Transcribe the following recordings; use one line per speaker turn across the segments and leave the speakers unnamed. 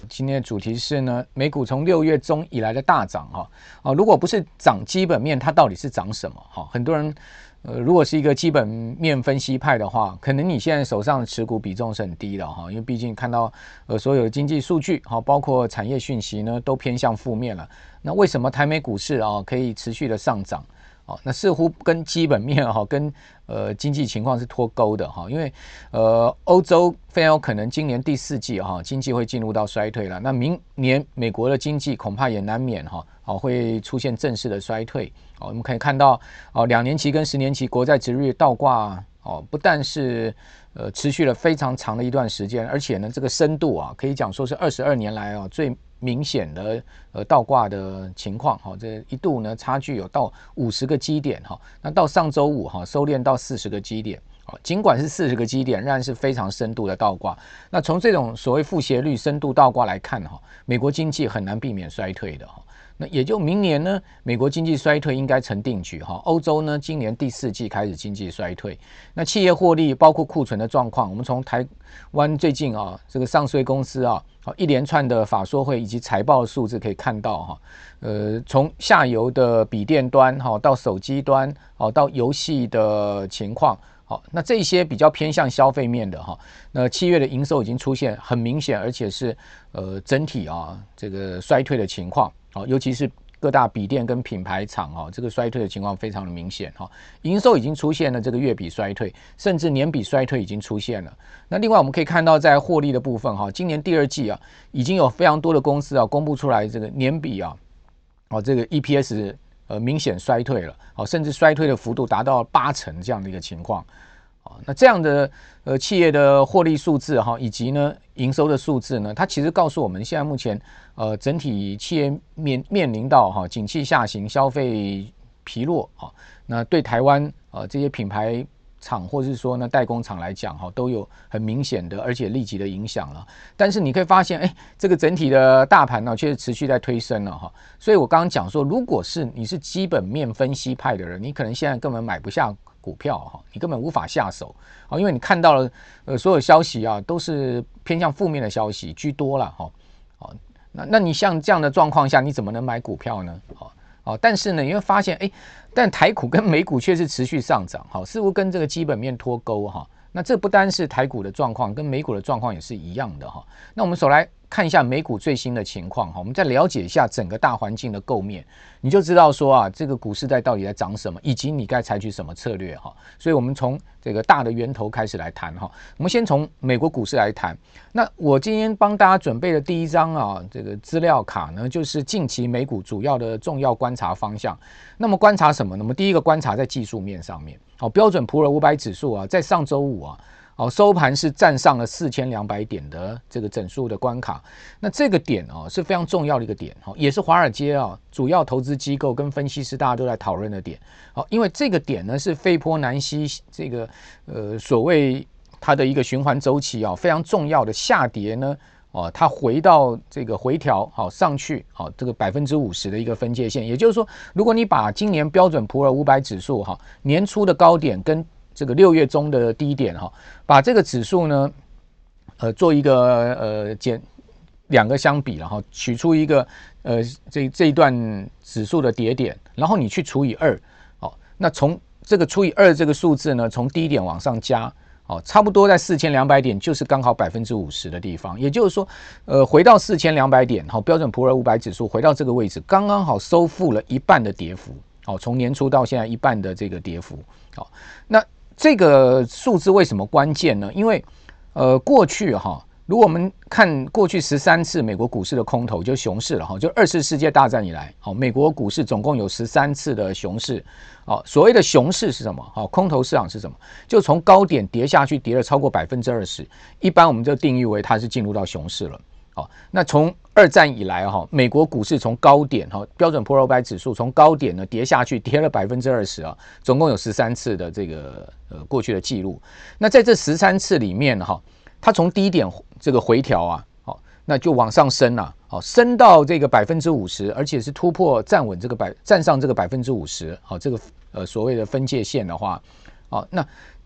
今天的主题是呢，美股从6月中以来的大涨如果不是涨基本面，它到底是涨什么很多人如果是一个基本面分析派的话，可能你现在手上的持股比重是很低的因为毕竟看到所有的经济数据包括产业讯息呢都偏向负面了。那为什么台美股市可以持续的上涨？那似乎跟基本面跟经济情况是脱钩的因为欧洲非常有可能今年第4季经济会进入到衰退了。那明年美国的经济恐怕也难免会出现正式的衰退。我们可以看到2年期跟10年期国债殖利率倒挂不但是持续了非常长的一段时间，而且呢这个深度可以讲说是22年来最明显的倒挂的情况这一度呢差距有到50个基点那到上周五收敛到40个基点尽管是40个基点，仍然是非常深度的倒挂。那从这种所谓负斜率深度倒挂来看美国经济很难避免衰退的那也就明年呢，美国经济衰退应该成定局欧洲呢，今年第4季开始经济衰退。那企业获利包括库存的状况，我们从台湾最近这个上市公司一连串的法说会以及财报的数字可以看到从下游的笔电端到手机端到游戏的情况。那这些比较偏向消费面的那7月的营收已经出现很明显，而且是整体这个衰退的情况尤其是各大笔电跟品牌厂这个衰退的情况非常的明显营收已经出现了这个月比衰退，甚至年比衰退已经出现了。那另外我们可以看到在获利的部分今年第2季已经有非常多的公司公布出来这个年比这个 EPS明显衰退了甚至衰退的幅度达到80%这样的一个情况那这样的企业的获利数字以及呢营收的数字呢，它其实告诉我们现在目前整体企业面临到景气下行、消费疲弱那对台湾这些品牌厂或是说呢代工厂来讲都有很明显的而且立即的影响了。但是你可以发现这个整体的大盘却是持续在推升了所以我刚刚讲说，如果是你是基本面分析派的人，你可能现在根本买不下股票你根本无法下手因为你看到了所有消息都是偏向负面的消息居多了那你像这样的状况下，你怎么能买股票呢但是呢你会发现但台股跟美股却是持续上涨似乎跟这个基本面脱钩那这不单是台股的状况，跟美股的状况也是一样的那我们首来看一下美股最新的情况我们再了解一下整个大环境的构面，你就知道说这个股市到底在涨什么，以及你该采取什么策略所以我们从这个大的源头开始来谈我们先从美国股市来谈。那我今天帮大家准备的第一张这个资料卡呢，就是近期美股主要的重要观察方向。那么观察什么呢？我们第一个观察在技术面上面标准普尔500指数在上周五收盘是站上了4200点的这个整数的关卡。那这个点是非常重要的一个点也是华尔街主要投资机构跟分析师大家都在讨论的点因为这个点呢是费波南西这个所谓它的一个循环周期非常重要的下跌呢它回到这个回调上去这个50%的一个分界线。也就是说，如果你把今年标准普尔500指数年初的高点跟这个6月中的低点把这个指数呢做一个两个相比，然后取出一个这一段指数的跌点，然后你去除以2那从这个除以2这个数字呢，从低点往上加差不多在4200点，就是刚好50%的地方。也就是说回到4200点标准普尔500指数回到这个位置，刚刚好收复了一半的跌幅从年初到现在一半的这个跌幅那这个数字为什么关键呢？因为过去如果我们看过去13次美国股市的空头，就熊市了就2次世界大战以来美国股市总共有13次的熊市所谓的熊市是什么空头市场是什么？就从高点跌下去，跌了超过20%，一般我们就定义为它是进入到熊市了那从2战以来美国股市从高点标准普尔500指数从高点呢跌下去，跌了20%总共有13次的这个过去的记录。那在这13次里面它从低点这个回调那就往上升升到这个50%，而且是突破站稳这个站上这个50%这个所谓的分界线的话那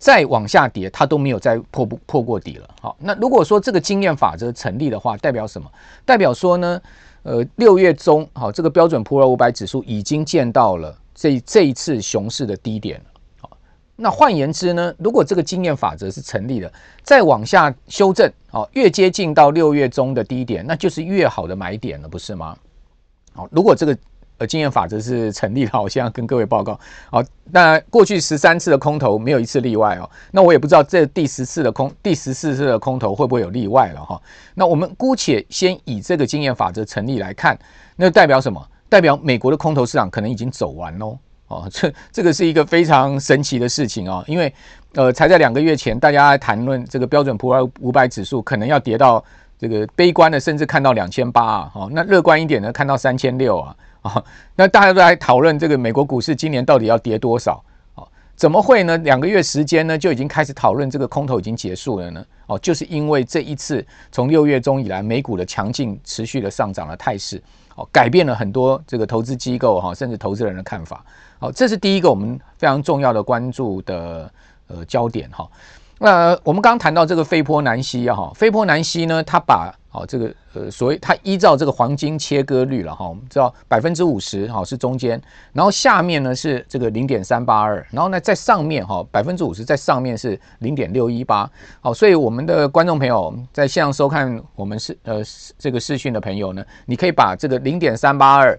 再往下跌，它都没有再破过底了。好，那如果说这个经验法则成立的话，代表什么？代表说呢，6月中，好，这个标准普尔500指数已经见到了这一次熊市的低点了。好，那换言之呢，如果这个经验法则是成立的，再往下修正，好，越接近到6月中的低点，那就是越好的买点了，不是吗？好，如果这个经验法则是成立的，我现在跟各位报告。好，那过去13次的空头没有一次例外哦。那我也不知道这第14次的空头会不会有例外了哈。那我们姑且先以这个经验法则成立来看，那代表什么？代表美国的空头市场可能已经走完喽。哦，这个是一个非常神奇的事情哦，因为才在2个月前，大家在谈论这个标准普尔500指数可能要跌到这个悲观的，甚至看到2800啊，哦，那乐观一点呢，看到3600啊。那大家都在讨论这个美国股市今年到底要跌多少？怎么会呢？2个月时间呢就已经开始讨论这个空头已经结束了呢？就是因为这一次从6月中以来美股的强劲持续的上涨的态势，改变了很多这个投资机构甚至投资人的看法。这是第一个我们非常重要的关注的焦点哈。那我们刚刚谈到这个斐波南西啊，斐波南西呢，它把这个所谓它依照这个黄金切割率了哈，我们知道50%是中间，然后下面呢是这个0.382，然后呢在上面50%在上面是0.618，好，所以我们的观众朋友在线上收看我们这个视讯的朋友呢，你可以把这个0.382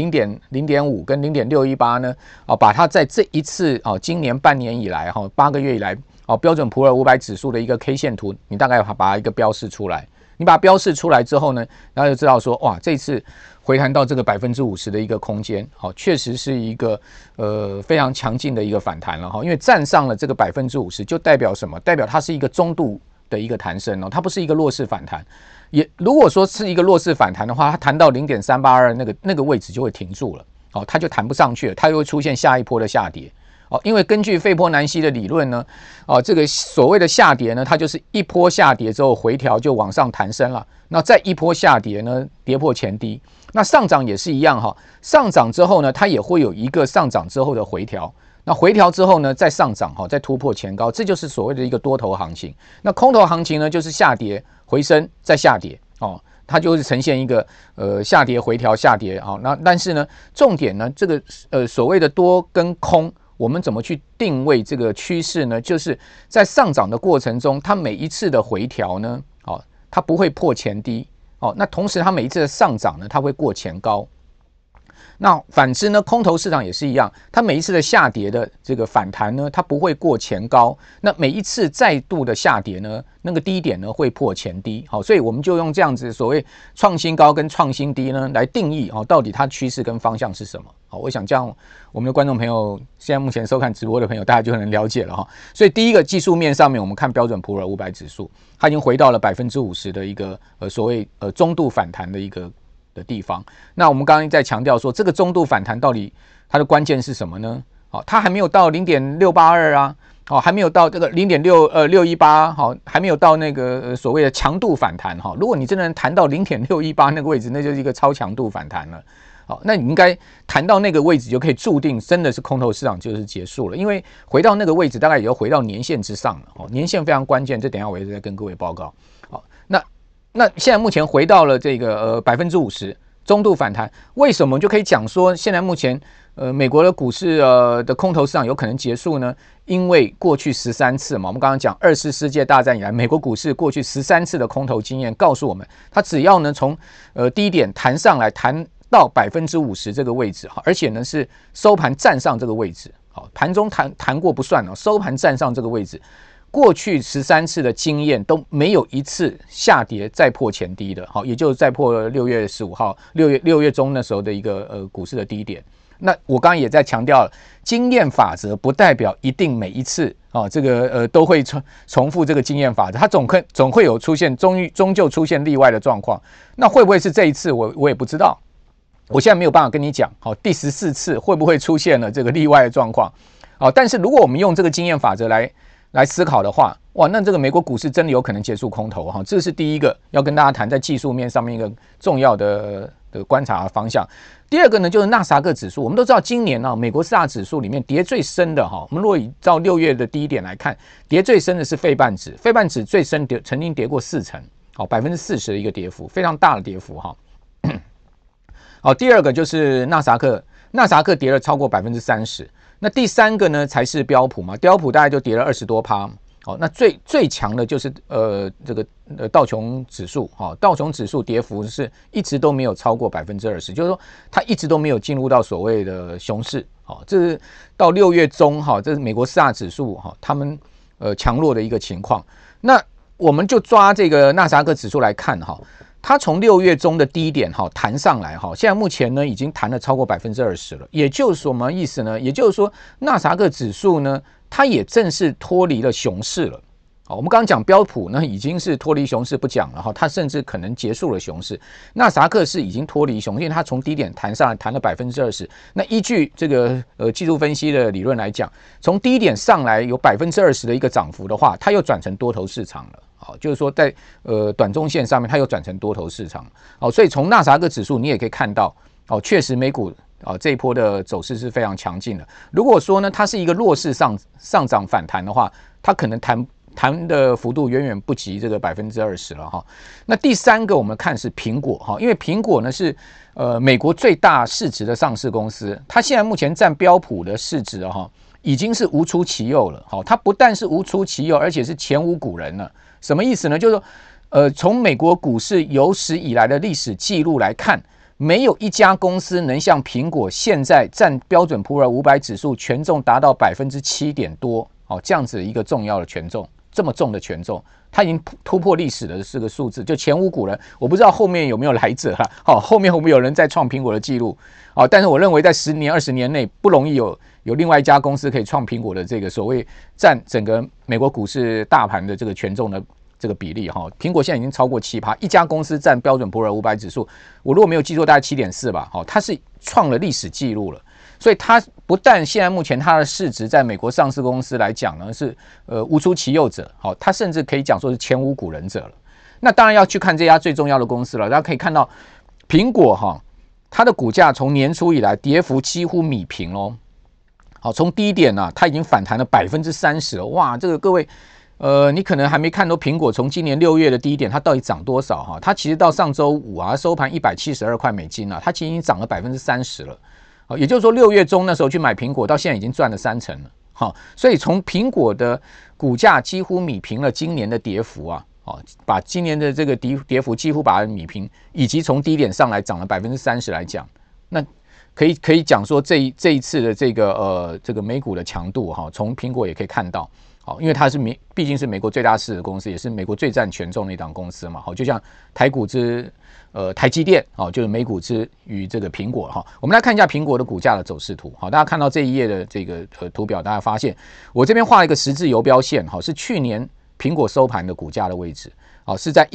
0.5跟0.618呢把它在这一次今年半年以来8个月以来标准普尔500指数的一个 K 线图，你大概把它一个标示出来。你把它标示出来之后呢，然后就知道说，哇，这次回弹到这个50%的一个空间，确实是一个非常强劲的一个反弹了哈。因为站上了这个50%，就代表什么？代表它是一个中度的一个弹升哦，它不是一个弱势反弹。也如果说是一个弱势反弹的话，它弹到0.382那个位置就会停住了，它就弹不上去了，它又会出现下一波的下跌。因为根据斐波南西的理论呢，这个所谓的下跌呢，它就是一波下跌之后回调就往上弹升了，那再一波下跌呢，跌破前低。那上涨也是一样哈，上涨之后呢，它也会有一个上涨之后的回调，那回调之后呢，再上涨再突破前高，这就是所谓的一个多头行情。那空头行情呢，就是下跌回升再下跌它就是呈现一个下跌回调下跌那但是呢，重点呢，这个所谓的多跟空。我们怎么去定位这个趋势呢？就是在上涨的过程中，它每一次的回调呢，它不会破前低，那同时它每一次的上涨呢，它会过前高。那反之呢，空头市场也是一样，它每一次的下跌的这个反弹呢，它不会过前高，那每一次再度的下跌呢，那个低点呢会破前低，好，所以我们就用这样子所谓创新高跟创新低呢来定义到底它趋势跟方向是什么。好，我想这样我们的观众朋友现在目前收看直播的朋友，大家就能了解了哈。所以第一个技术面上面，我们看标准普尔500指数，它已经回到了50%的一个所谓中度反弹的一个的地方。那我们刚刚在强调说，这个中度反弹到底它的关键是什么呢？它还没有到0.682啊，还没有到这个0.618，好，还没有到那个所谓的强度反弹哈。如果你真的能弹到0.618那个位置，那就是一个超强度反弹了。好，那你应该弹到那个位置就可以注定真的是空头市场就是结束了，因为回到那个位置大概也要回到年线之上了。年线非常关键，这等一下我也再跟各位报告。好，那现在目前回到了这个50%中度反弹，为什么就可以讲说现在目前美国的股市的空头市场有可能结束呢？因为过去13次嘛，我们刚刚讲2次世界大战以来，美国股市过去13次的空头经验告诉我们，它只要呢从低点弹上来，弹到50%这个位置，而且呢是收盘站上这个位置，盘中弹过不算，收盘站上这个位置，过去13次的经验都没有一次下跌再破前低的，也就是再破6月15号6月中那时候的一个股市的低点。那我刚刚也在强调了，经验法则不代表一定每一次这个都会重复这个经验法则，它总会有出现终究出现例外的状况。那会不会是这一次？我也不知道。我现在没有办法跟你讲，第14次会不会出现了这个例外的状况？但是如果我们用这个经验法则来来思考的话，哇，那这个美国股市真的有可能结束空头哈，这是第一个要跟大家谈在技术面上面一个重要的观察方向。第二个呢，就是纳斯达克指数，我们都知道今年美国四大指数里面跌最深的哈，我们如果以照6月的低点来看，跌最深的是费半指，费半指最深曾经跌过40%，好40%的一个跌幅，非常大的跌幅哈。好，第二个就是纳斯达克跌了超过30%，那第三个呢才是标普嘛，标普大概就跌了20多%。好，那最强的就是这个道琼指数，道琼指数跌幅是一直都没有超过20%，就是说它一直都没有进入到所谓的熊市。好，这是到6月中这是美国四大指数他们强弱的一个情况。那我们就抓这个纳斯达克指数来看它从6月中的低点弹上来现在目前呢已经弹了超过20%了。也就是什么意思呢？也就是说纳斯达克指数呢，它也正式脱离了熊市了。我们刚刚讲标普呢已经是脱离熊市不讲了它甚至可能结束了熊市。纳斯达克是已经脱离熊市，因为它从低点弹上来弹了20%。那依据这个技术分析的理论来讲，从低点上来有20%的一个涨幅的话，它又转成多头市场了。就是说在短中线上面它又转成多头市场。所以从纳斯达克指数你也可以看到确实美股这一波的走势是非常强劲的。如果说呢它是一个弱势上涨反弹的话，它可能弹的幅度远远不及这个20%了那第三个我们看是苹果因为苹果呢是美国最大市值的上市公司，它现在目前占标普的市值已经是无出其右了。它不但是无出其右，而且是前无古人了。什么意思呢？就是说从美国股市有史以来的历史记录来看，没有一家公司能像苹果现在占标准普尔500指数权重达到7%多这样子一个重要的权重，这么重的权重，它已经突破历史的这个数字，就前无古人。我不知道后面有没有来者啦，后面会不会有人再创苹果的记录但是我认为在10年20年内不容易有另外一家公司可以创苹果的这个所谓占整个美国股市大盘的这个权重的这个比例苹果现在已经超过7%，一家公司占标准普尔500指数，我如果没有记错大概7.4%吧它是创了历史记录了。所以它不但现在目前它的市值在美国上市公司来讲呢是无出其右者它甚至可以讲说是前无古人者了。那当然要去看这家最重要的公司了。大家可以看到苹果它的股价从年初以来跌幅几乎弭平咯。从低点它已经反弹了30%了。哇，这个各位你可能还没看到苹果从今年6月的低点它到底涨多少它其实到上周五收盘172块美金它其实已经涨了30%了。也就是说6月中那时候去买苹果，到现在已经赚了30%了。所以从苹果的股价几乎弭平了今年的跌幅把今年的这个跌幅几乎把它弭平，以及从低点上来涨了30%来讲，那可以讲说这一次的这个美股的强度从苹果也可以看到。因为它是毕竟是美国最大市值的公司，也是美国最占权重的一档公司嘛。就像台股之台积电就是美股之于这个苹果我们来看一下苹果的股价的走势图大家看到这一页的这个图表，大家发现我这边画了一个十字游标线是去年苹果收盘的股价的位置是在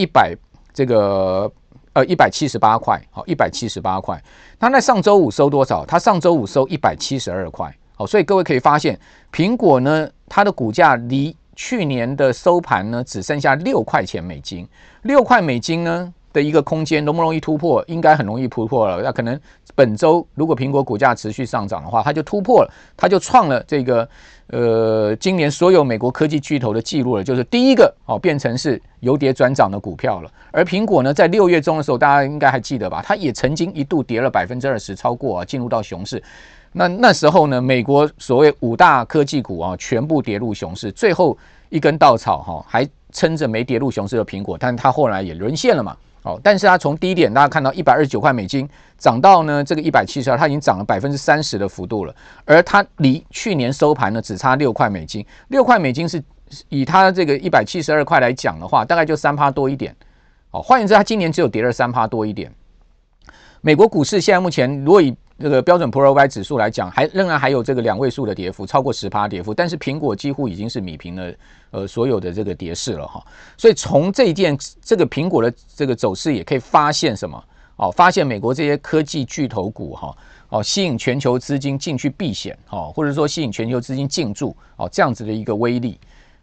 178块178块。它在上周五收多少？它上周五收172块。所以各位可以发现苹果呢它的股价离去年的收盘呢只剩下6块钱美金。6块美金呢的一个空间容不容易突破？应该很容易突破了。那可能本周如果苹果股价持续上涨的话，它就突破了，它就创了这个今年所有美国科技巨头的记录了，就是第一个变成是由跌转涨的股票了。而苹果呢在6月中的时候，大家应该还记得吧，它也曾经一度跌了20%，超过进入到熊市。那时候呢，美国所谓5大科技股全部跌入熊市，最后一根稻草还撑着没跌入熊市的苹果，但它后来也沦陷了嘛。但是它从低点大家看到129块美金涨到呢这个172，它已经涨了30%的幅度了。而它离去年收盘呢只差6块美金，6块美金是以它这个172块来讲的话，大概就3%多一点。换言之，它今年只有跌了3%多一点。美国股市现在目前如果以这个标准普尔500指数来讲，仍然还有这个2位数的跌幅，超过10%跌幅，但是苹果几乎已经是弭平了所有的这个跌势了所以从这个苹果的这个走势也可以发现什么发现美国这些科技巨头股吸引全球资金进去避险或者说吸引全球资金进驻这样子的一个威力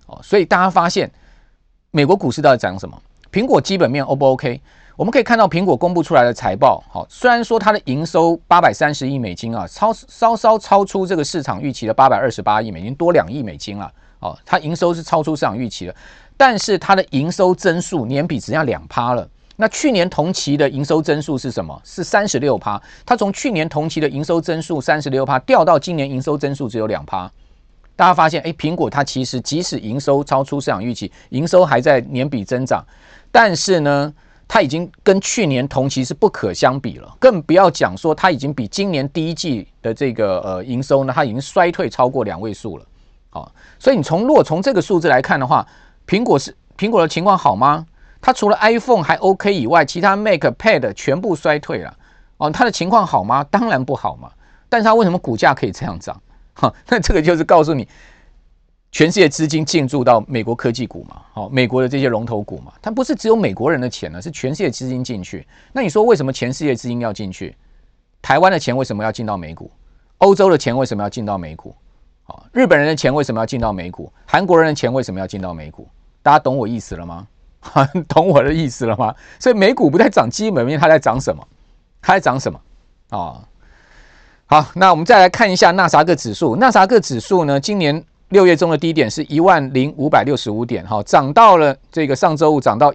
所以大家发现美国股市到底涨什么？苹果基本面 O 不 OK？ 我们可以看到苹果公布出来的财报，虽然说它的营收830亿美金啊，稍稍超出这个市场预期的828亿美金，多2亿美金了。它营收是超出市场预期的，但是它的营收增速年比只剩下 2% 了。那去年同期的营收增速是什么？是 36%。它从去年同期的营收增速 36% 掉到今年营收增速只有 2%。大家发现，苹果它其实即使营收超出市场预期，营收还在年比增长，但是呢，它已经跟去年同期是不可相比了，更不要讲说它已经比今年第一季的这个营收呢，它已经衰退超过2位数了。所以你如果从这个数字来看的话，苹果的情况好吗？它除了 iPhone 还 OK 以外，其他 Mac、Pad 全部衰退了。它的情况好吗？当然不好嘛。但是它为什么股价可以这样涨？那这个就是告诉你，全世界资金进驻到美国科技股嘛，美国的这些龙头股嘛，它不是只有美国人的钱呢，是全世界资金进去。那你说为什么全世界资金要进去？台湾的钱为什么要进到美股？欧洲的钱为什么要进到美股？日本人的钱为什么要进到美股？韩国人的钱为什么要进到美股？大家懂我意思了吗？懂我的意思了吗？所以美股不在涨基本面，它在涨什么？它在涨什么？好，那我们再来看一下纳斯达克指数。纳斯达克指数呢，今年6月中的低点是10565点，涨到了这个上周五涨到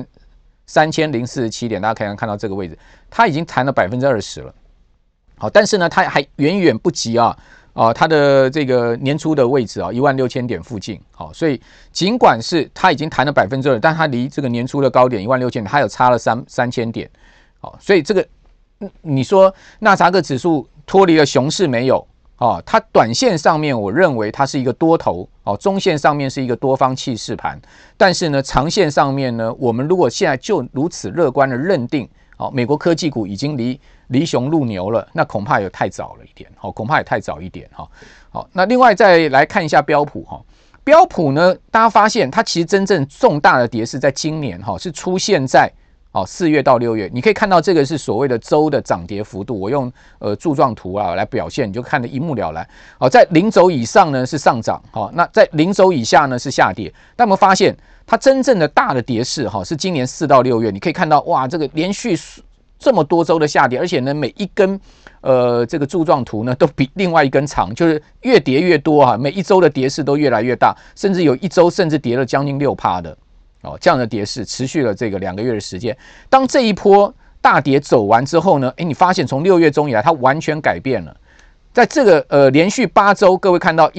13047点，大家可以看到这个位置，它已经弹了20%了。好，但是呢，它还远远不及它的这个年初的位置16000点附近。好，所以尽管是它已经弹了2%，但它离这个年初的高点16000点，它有差了3000点。好，所以这个你说纳斯达克指数脱离了熊市没有？它短线上面我认为它是一个多头，中线上面是一个多方气势盘，但是呢，长线上面呢，我们如果现在就如此乐观的认定，美国科技股已经离熊入牛了，那恐怕也太早了一点，恐怕也太早一点。好，那另外再来看一下标普，标普呢，大家发现它其实真正重大的跌势在今年是出现在4月到6月，你可以看到这个是所谓的周的涨跌幅度，我用柱状图来表现，你就看得一目了然。在0轴以上呢是上涨，那在0轴以下呢是下跌。但我们发现它真正的大的跌势是今年4到6月，你可以看到哇，这个连续这么多周的下跌，而且呢每一根这个柱状图呢都比另外一根长，就是越跌越多每一周的跌势都越来越大，甚至有一周甚至跌了将近6%的。这样的跌势持续了这个2个月的时间。当这一波大跌走完之后呢，你发现从6月中以来，它完全改变了。在这个连续8周，各位看到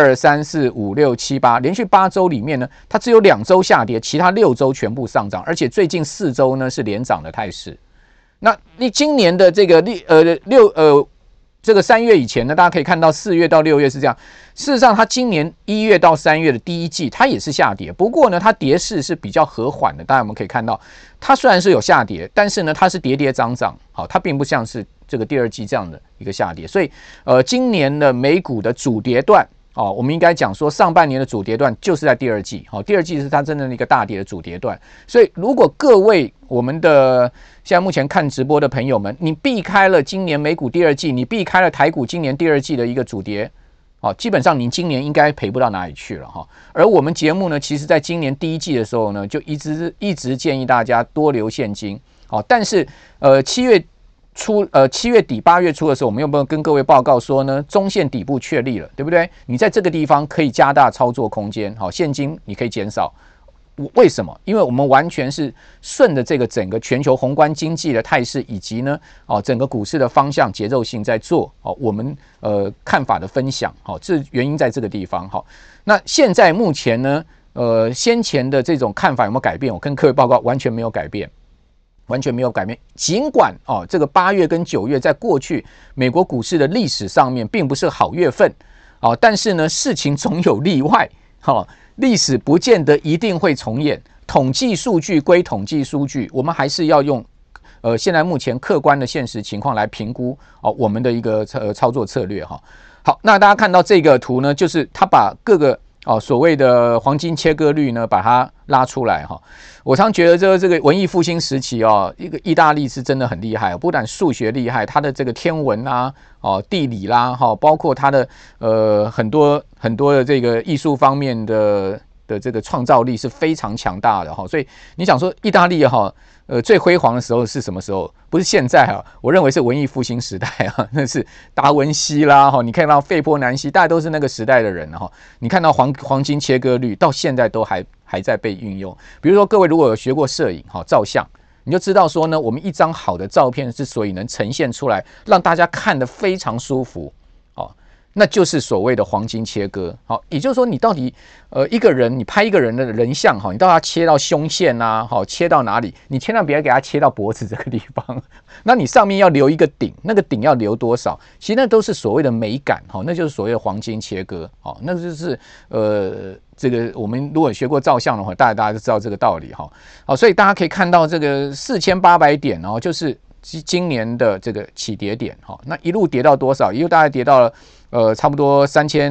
1、2、3、4、5、6、7、8，连续8周里面呢，它只有2周下跌，其他6周全部上涨，而且最近4周呢是连涨的态势。那你今年的这个这个3月以前呢，大家可以看到4月到6月是这样。事实上，它今年1月到3月的第一季，它也是下跌。不过呢，它跌势是比较和缓的。大家我们可以看到，它虽然是有下跌，但是呢，它是跌跌涨涨。好，它并不像是这个第二季这样的一个下跌。所以，今年的美股的主跌段，我们应该讲说，上半年的主跌段就是在第二季。第二季是它真正的一个大跌的主跌段。所以，如果各位我们的现在目前看直播的朋友们，你避开了今年美股第二季，你避开了台股今年第二季的一个主跌，基本上您今年应该赔不到哪里去了哈。而我们节目呢，其实在今年第一季的时候呢，就一直建议大家多留现金。但是7月底8月初的时候，我们有没有跟各位报告说呢？中线底部确立了，对不对？你在这个地方可以加大操作空间，现金你可以减少。为什么？因为我们完全是顺着这个整个全球宏观经济的态势，以及呢整个股市的方向节奏性在做我们看法的分享。这原因在这个地方。那现在目前呢先前的这种看法有没有改变？我跟各位报告，完全没有改变。完全没有改变，尽管这个8月跟9月在过去美国股市的历史上面并不是好月份，但是呢事情总有例外，历史不见得一定会重演，统计数据归统计数据，我们还是要用现在目前客观的现实情况来评估我们的一个操作策略。好，那大家看到这个图呢，就是他把各个所谓的黄金切割率呢把它拉出来。我常觉得这个文艺复兴时期一个意大利是真的很厉害，不但数学厉害，它的这个天文啊地理啦包括它的很多的这个艺术方面的的这个创造力是非常强大的哈。所以你想说意大利哈，最辉煌的时候是什么时候？不是现在啊，我认为是文艺复兴时代啊，那是达文西啦哈，你看到费波南西，大家都是那个时代的人哈。你看到黄金切割率到现在都还在被运用。比如说各位如果有学过摄影哈，照相。你就知道说呢，我们一张好的照片之所以能呈现出来，让大家看得非常舒服，那就是所谓的黄金切割。好，也就是说，你到底一个人，你拍一个人的人像哈，你到底要切到胸线啊，好，切到哪里？你千万别给他切到脖子这个地方。那你上面要留一个顶，那个顶要留多少？其实那都是所谓的美感，哈，那就是所谓的黄金切割，好，那就是这个我们如果学过照相的话，大家就知道这个道理哈。好，所以大家可以看到这个4800点哦，就是今年的这个起跌点哈。那一路跌到多少？一路大概跌到了差不多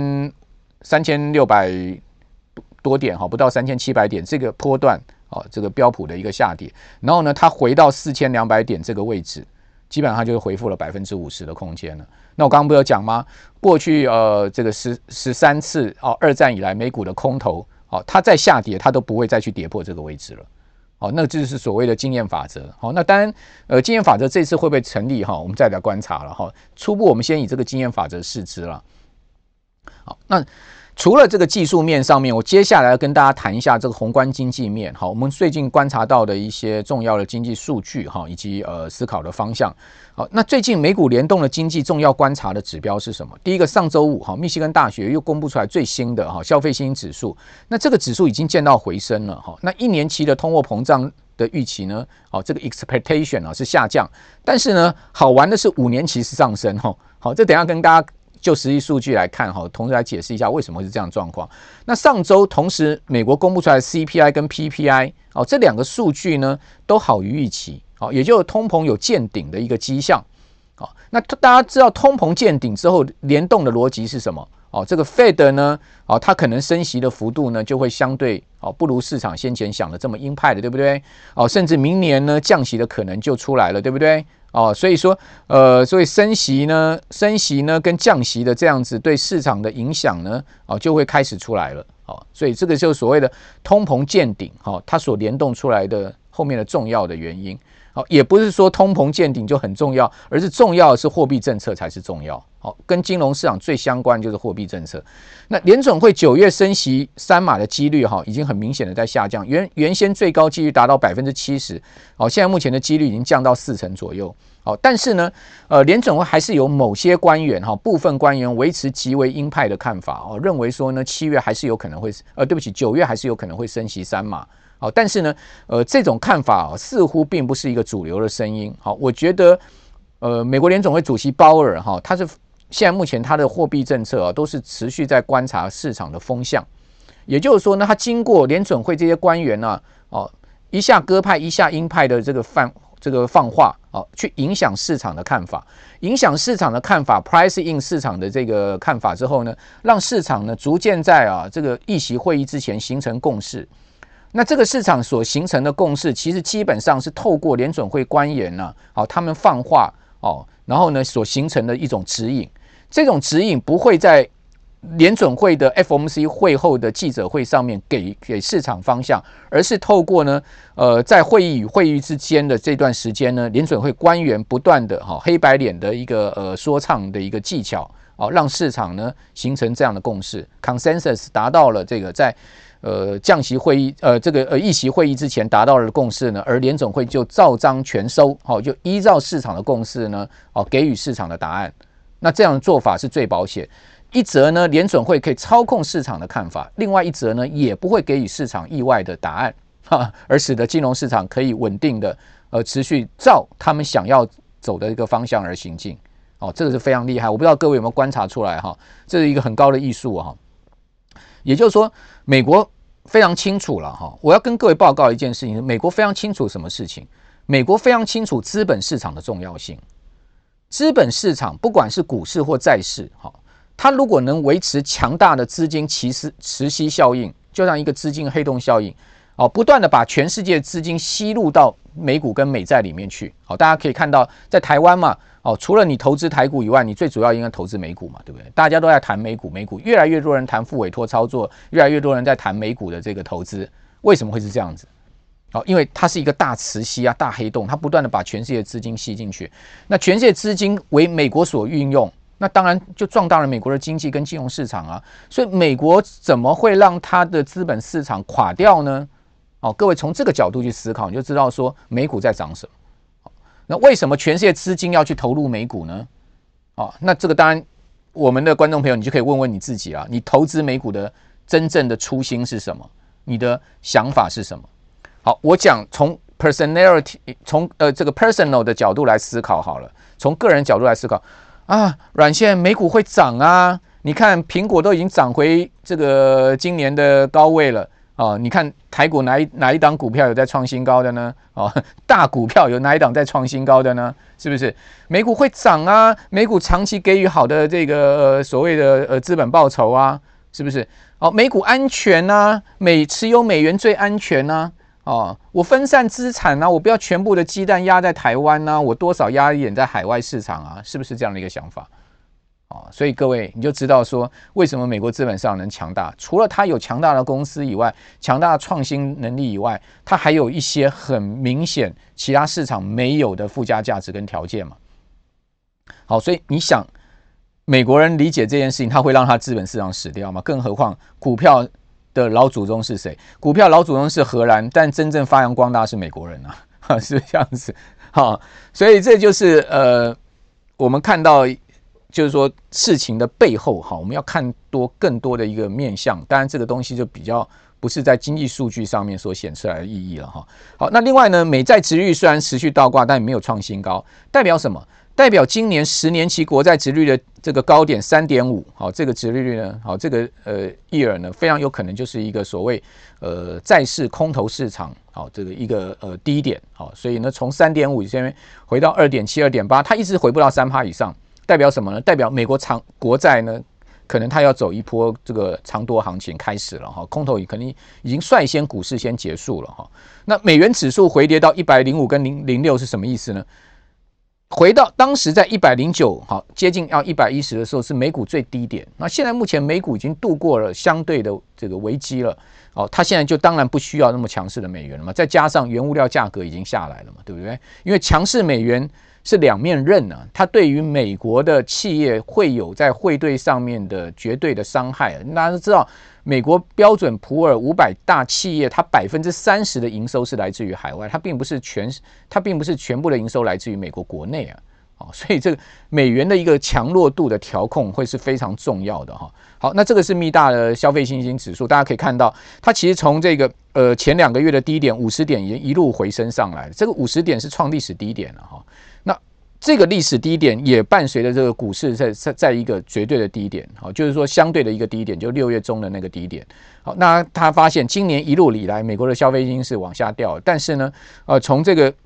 3600多点哈，不到3700点这个波段啊，这个标普的一个下跌。然后呢，它回到4200点这个位置，基本上就回复了50%的空间了。那我刚刚不是有讲吗？过去这个13次二战以来美股的空头，它再下跌，它都不会再去跌破这个位置了。那就是所谓的经验法则。那当然，经验法则这次会不会成立哈？我们再来观察了哈。初步我们先以这个经验法则试之了。好，那除了这个技术面上面，我接下来要跟大家谈一下这个宏观经济面。好，我们最近观察到的一些重要的经济数据哈，以及思考的方向。好，那最近美股联动的经济重要观察的指标是什么？第一个，上周五哈，密西根大学又公布出来最新的消费信心指数。那这个指数已经见到回升了哈。那1年期的通货膨胀的预期呢？这个 expectation 是下降，但是呢，好玩的是5年期是上升哈。好，这等一下跟大家就实际数据来看哈，同时来解释一下为什么会是这样的状况。那上周同时美国公布出来的 CPI 跟 PPI 这2个数据呢都好于预期，也就是通膨有见顶的一个迹象。那大家知道通膨见顶之后联动的逻辑是什么？这个 Fed 呢，它可能升息的幅度呢就会相对不如市场先前想的这么鹰派的，对不对？甚至明年呢降息的可能就出来了，对不对？所以说所以升息呢跟降息的这样子对市场的影响呢就会开始出来了。所以这个就是所谓的通膨见顶，它所联动出来的后面的重要的原因。也不是说通膨见顶就很重要，而是重要的是货币政策才是重要。跟金融市场最相关就是货币政策。那联准会9月升息3码的几率已经很明显的在下降，原先最高几率达到70%，现在目前的几率已经降到40%左右。但是呢，联准会还是有某些官员部分官员维持极为鹰派的看法，认为说呢7月还是有可能会对不起9月还是有可能会升息3码。但是呢，这种看法似乎并不是一个主流的声音。我觉得，美国联总会主席鲍尔他是现在目前他的货币政策都是持续在观察市场的风向，也就是说呢，他经过联准会这些官员一下鸽派一下鹰派的这个放话去影响市场的看法，影响市场的看法 ，price in 市场的这个看法之后呢，让市场呢逐渐在这个议息会议之前形成共识。那这个市场所形成的共识，其实基本上是透过联准会官员他们放话然后呢所形成的一种指引。这种指引不会在联准会的 FOMC 会后的记者会上面给市场方向，而是透过呢在会议与会议之间的这段时间呢，联准会官员不断的黑白脸的一个说唱的一个技巧让市场呢形成这样的共识 ，consensus 达到了这个在降息会议这个议息会议之前达到了共识呢，而联总会就照章全收，就依照市场的共识呢给予市场的答案。那这样的做法是最保险。一则呢，联准会可以操控市场的看法；另外一则呢，也不会给予市场意外的答案，而使得金融市场可以稳定的持续照他们想要走的一个方向而行进。这个是非常厉害，我不知道各位有没有观察出来这是一个很高的艺术也就是说，美国非常清楚了我要跟各位报告一件事情，美国非常清楚什么事情？美国非常清楚资本市场的重要性。资本市场不管是股市或债市它如果能维持强大的资金磁吸效应，就像一个资金黑洞效应不断的把全世界资金吸入到美股跟美债里面去。好，大家可以看到，在台湾嘛，除了你投资台股以外，你最主要应该投资美股嘛，对不对？大家都在谈美股，越来越多人谈副委托操作，越来越多人在谈美股的这个投资，为什么会是这样子？因为它是一个大磁吸啊，大黑洞，它不断的把全世界资金吸进去，那全世界资金为美国所运用。那当然就壮大了美国的经济跟金融市场啊，所以美国怎么会让它的资本市场垮掉呢？各位从这个角度去思考，你就知道说美股在涨什么。那为什么全世界资金要去投入美股呢？那这个当然我们的观众朋友你就可以问问你自己啊，你投资美股的真正的初心是什么？你的想法是什么？好，我讲从 personality 从这个 personal 的角度来思考好了，从个人角度来思考。阮线美股会涨啊！你看苹果都已经涨回这个今年的高位了你看台股哪一档股票有在创新高的呢？大股票有哪一档在创新高的呢？是不是？美股会涨啊！美股长期给予好的这个所谓的资本报酬啊，是不是？美股安全啊，持有美元最安全啊！我分散资产啊，我不要全部的鸡蛋压在台湾啊，我多少压一点在海外市场啊，是不是这样的一个想法？所以各位你就知道说，为什么美国资本市场能强大，除了它有强大的公司以外，强大的创新能力以外，它还有一些很明显其他市场没有的附加价值跟条件嘛。好，所以你想美国人理解这件事情，他会让他资本市场死掉吗？更何况股票的老祖宗是谁？股票老祖宗是荷兰，但真正发扬光大是美国人啊，是这样子。所以这就是我们看到就是说事情的背后我们要看更多的一个面向。当然这个东西就比较不是在经济数据上面所显出来的意义了好，那另外呢，美债殖利率虽然持续倒挂，但没有创新高，代表什么？代表今年10年期国债殖利率的这个高点 3.5， 这个殖利率呢，这个year 呢，非常有可能就是一个所谓债市空头市场这个一个低点所以呢，从 3.5 这边回到 2.7 2.8， 它一直回不到 3% 以上，代表什么呢？代表美国国债呢，可能它要走一波这个长多行情开始了空头可能已经率先股市先结束了那美元指数回跌到105跟006是什么意思呢？回到当时在109接近要110的时候是美股最低点，那现在目前美股已经度过了相对的这个危机了它现在就当然不需要那么强势的美元了嘛，再加上原物料价格已经下来了嘛，对不对？因为强势美元是两面刃它对于美国的企业会有在汇兑上面的绝对的伤害大家都知道美国标准普尔500大企业，它30%的营收是来自于海外，它并不是全部的营收来自于美国国内所以这个美元的一个强弱度的调控会是非常重要的好，那这个是密大的消费信心指数，大家可以看到，它其实从这个前2个月的低点50点也一路回升上来，这个50点是创历史低点了那这个历史低点也伴随着这个股市在一个绝对的低点就是说相对的一个低点，就6月中的那个低点好，那他发现今年一路以来美国的消费信心是往下掉，但是呢从这个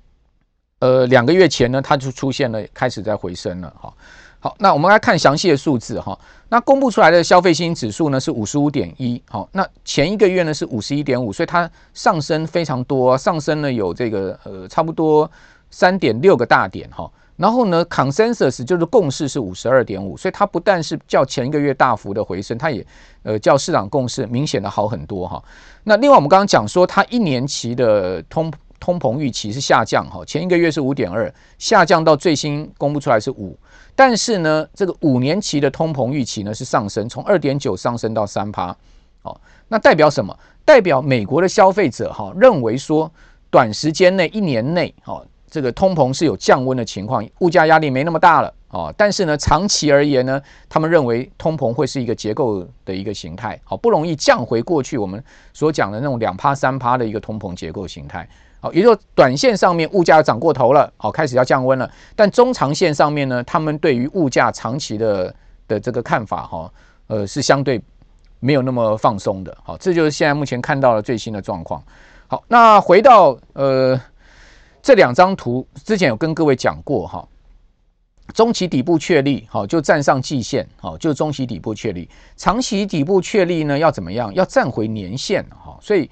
2个月前呢，它就出现了开始在回升了好，那我们来看详细的数字那公布出来的消费信心指数呢是 55.1 那前一个月呢是 51.5， 所以它上升非常多上升了有这个差不多3.6 个大点然后呢 consensus 就是共识是 52.5， 所以它不但是较前一个月大幅的回升，它也较市场共识明显的好很多那另外我们刚刚讲说它1年期的通膨预期是下降前一个月是 5.2， 下降到最新公布出来是5，但是呢这个5年期的通膨预期呢是上升，从 2.9 上升到 3%那代表什么？代表美国的消费者认为说短时间内1年内这个通膨是有降温的情况，物价压力没那么大了但是呢长期而言呢，他们认为通膨会是一个结构的一个形态不容易降回过去我们所讲的那种 2% 3% 的一个通膨结构形态也就是说短线上面物价涨过头了开始要降温了，但中长线上面呢，他们对于物价长期的这个看法是相对没有那么放松的这就是现在目前看到的最新的状况。好，那回到这2张图之前有跟各位讲过中期底部确立就站上季线就中期底部确立，长期底部确立呢要怎么样？要站回年线所以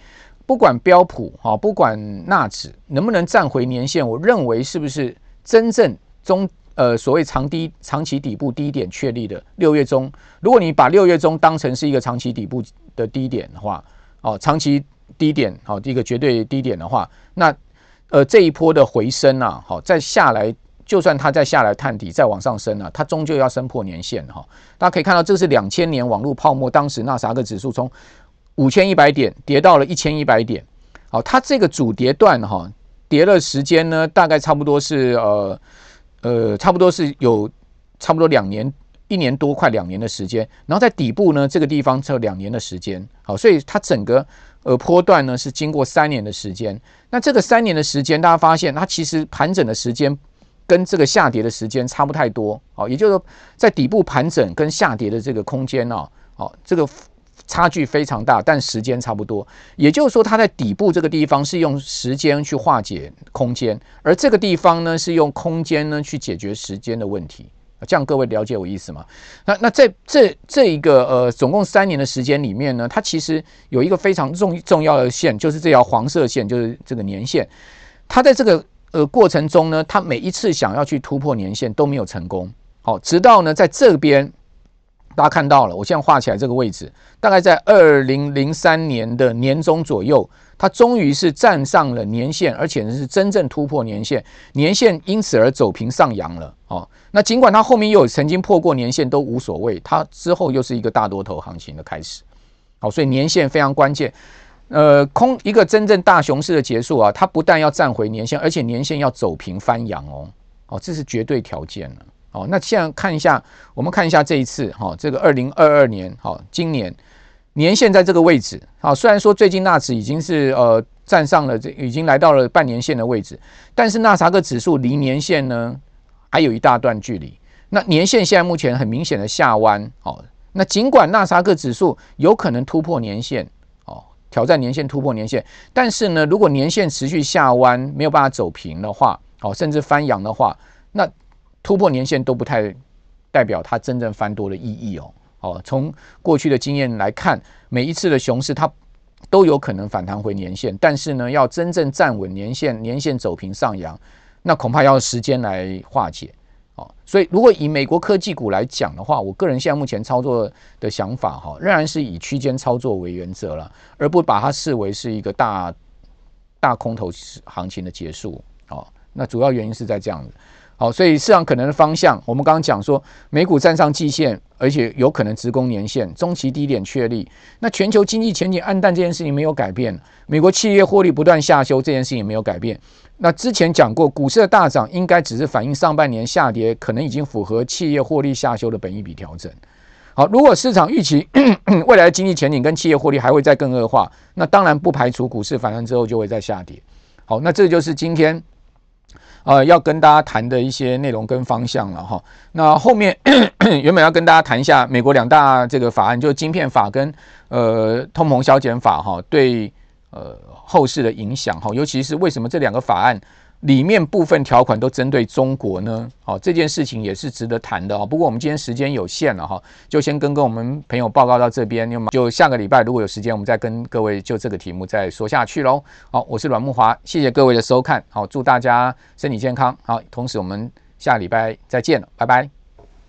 不管标普不管纳指能不能站回年线，我认为是不是真正所谓长期底部低点确立的6月中，如果你把6月中当成是一个长期底部的低点的话，长期低点一个绝对低点的话，那这一波的回升啊，再下来，就算它再下来探底再往上升啊，它终究要升破年线哈。大家可以看到，这是2000年网络泡沫，当时纳斯达克指数从5100点跌到了1100点，好，它这个主跌段跌了时间呢，大概差不多是差不多2年，1年多快2年的时间，然后在底部呢这个地方只有2年的时间，好，所以它整个波段呢是经过3年的时间。那这个3年的时间，大家发现它其实盘整的时间跟这个下跌的时间差不太多，也就是说在底部盘整跟下跌的这个空间这个差距非常大，但时间差不多。也就是说，它在底部这个地方是用时间去化解空间，而这个地方呢是用空间呢去解决时间的问题。这样各位了解我意思吗？那在这一个总共3年的时间里面呢，它其实有一个非常重要的线，就是这条黄色线，就是这个年线。它在这个过程中呢，它每一次想要去突破年线都没有成功。好，直到呢在这边。大家看到了，我现在画起来这个位置，大概在2003年的年中左右，它终于是站上了年线，而且是真正突破年线，年线因此而走平上扬了。那尽管它后面又有曾经破过年线都无所谓，它之后又是一个大多头行情的开始。好，所以年线非常关键。一个真正大熊市的结束啊，它不但要站回年线，而且年线要走平翻扬这是绝对条件了。那现在我们看一下这一次这个2022年今年年线在这个位置虽然说最近纳指已经是站上了已经来到了半年线的位置，但是纳斯达克指数离年线呢还有一大段距离。那年线现在目前很明显的下弯那尽管纳斯达克指数有可能突破年线挑战年线突破年线，但是呢如果年线持续下弯没有办法走平的话甚至翻扬的话，那突破年线都不太代表它真正翻多的意义从过去的经验来看，每一次的熊市它都有可能反弹回年线，但是呢要真正站稳年线走平上扬，那恐怕要时间来化解所以如果以美国科技股来讲的话，我个人现在目前操作的想法仍然是以区间操作为原则了，而不把它视为是一个大空头行情的结束那主要原因是在这样的。好，所以市场可能的方向，我们刚刚讲说，美股站上季线，而且有可能直攻年线，中期低点确立。那全球经济前景暗淡这件事情没有改变，美国企业获利不断下修这件事情也没有改变。那之前讲过，股市的大涨应该只是反映上半年下跌可能已经符合企业获利下修的本益比调整。好，如果市场预期未来的经济前景跟企业获利还会再更恶化，那当然不排除股市反弹之后就会再下跌。好，那这就是今天要跟大家谈的一些内容跟方向了那后面原本要跟大家谈一下美国2大这个法案，就是晶片法跟通膨削减法对后市的影响尤其是为什么这2个法案里面部分条款都针对中国呢？这件事情也是值得谈的不过我们今天时间有限了就先跟我们朋友报告到这边，就下个礼拜如果有时间，我们再跟各位就这个题目再说下去咯。好，我是阮慕骅，谢谢各位的收看，祝大家身体健康。好，同时我们下个礼拜再见了，拜拜。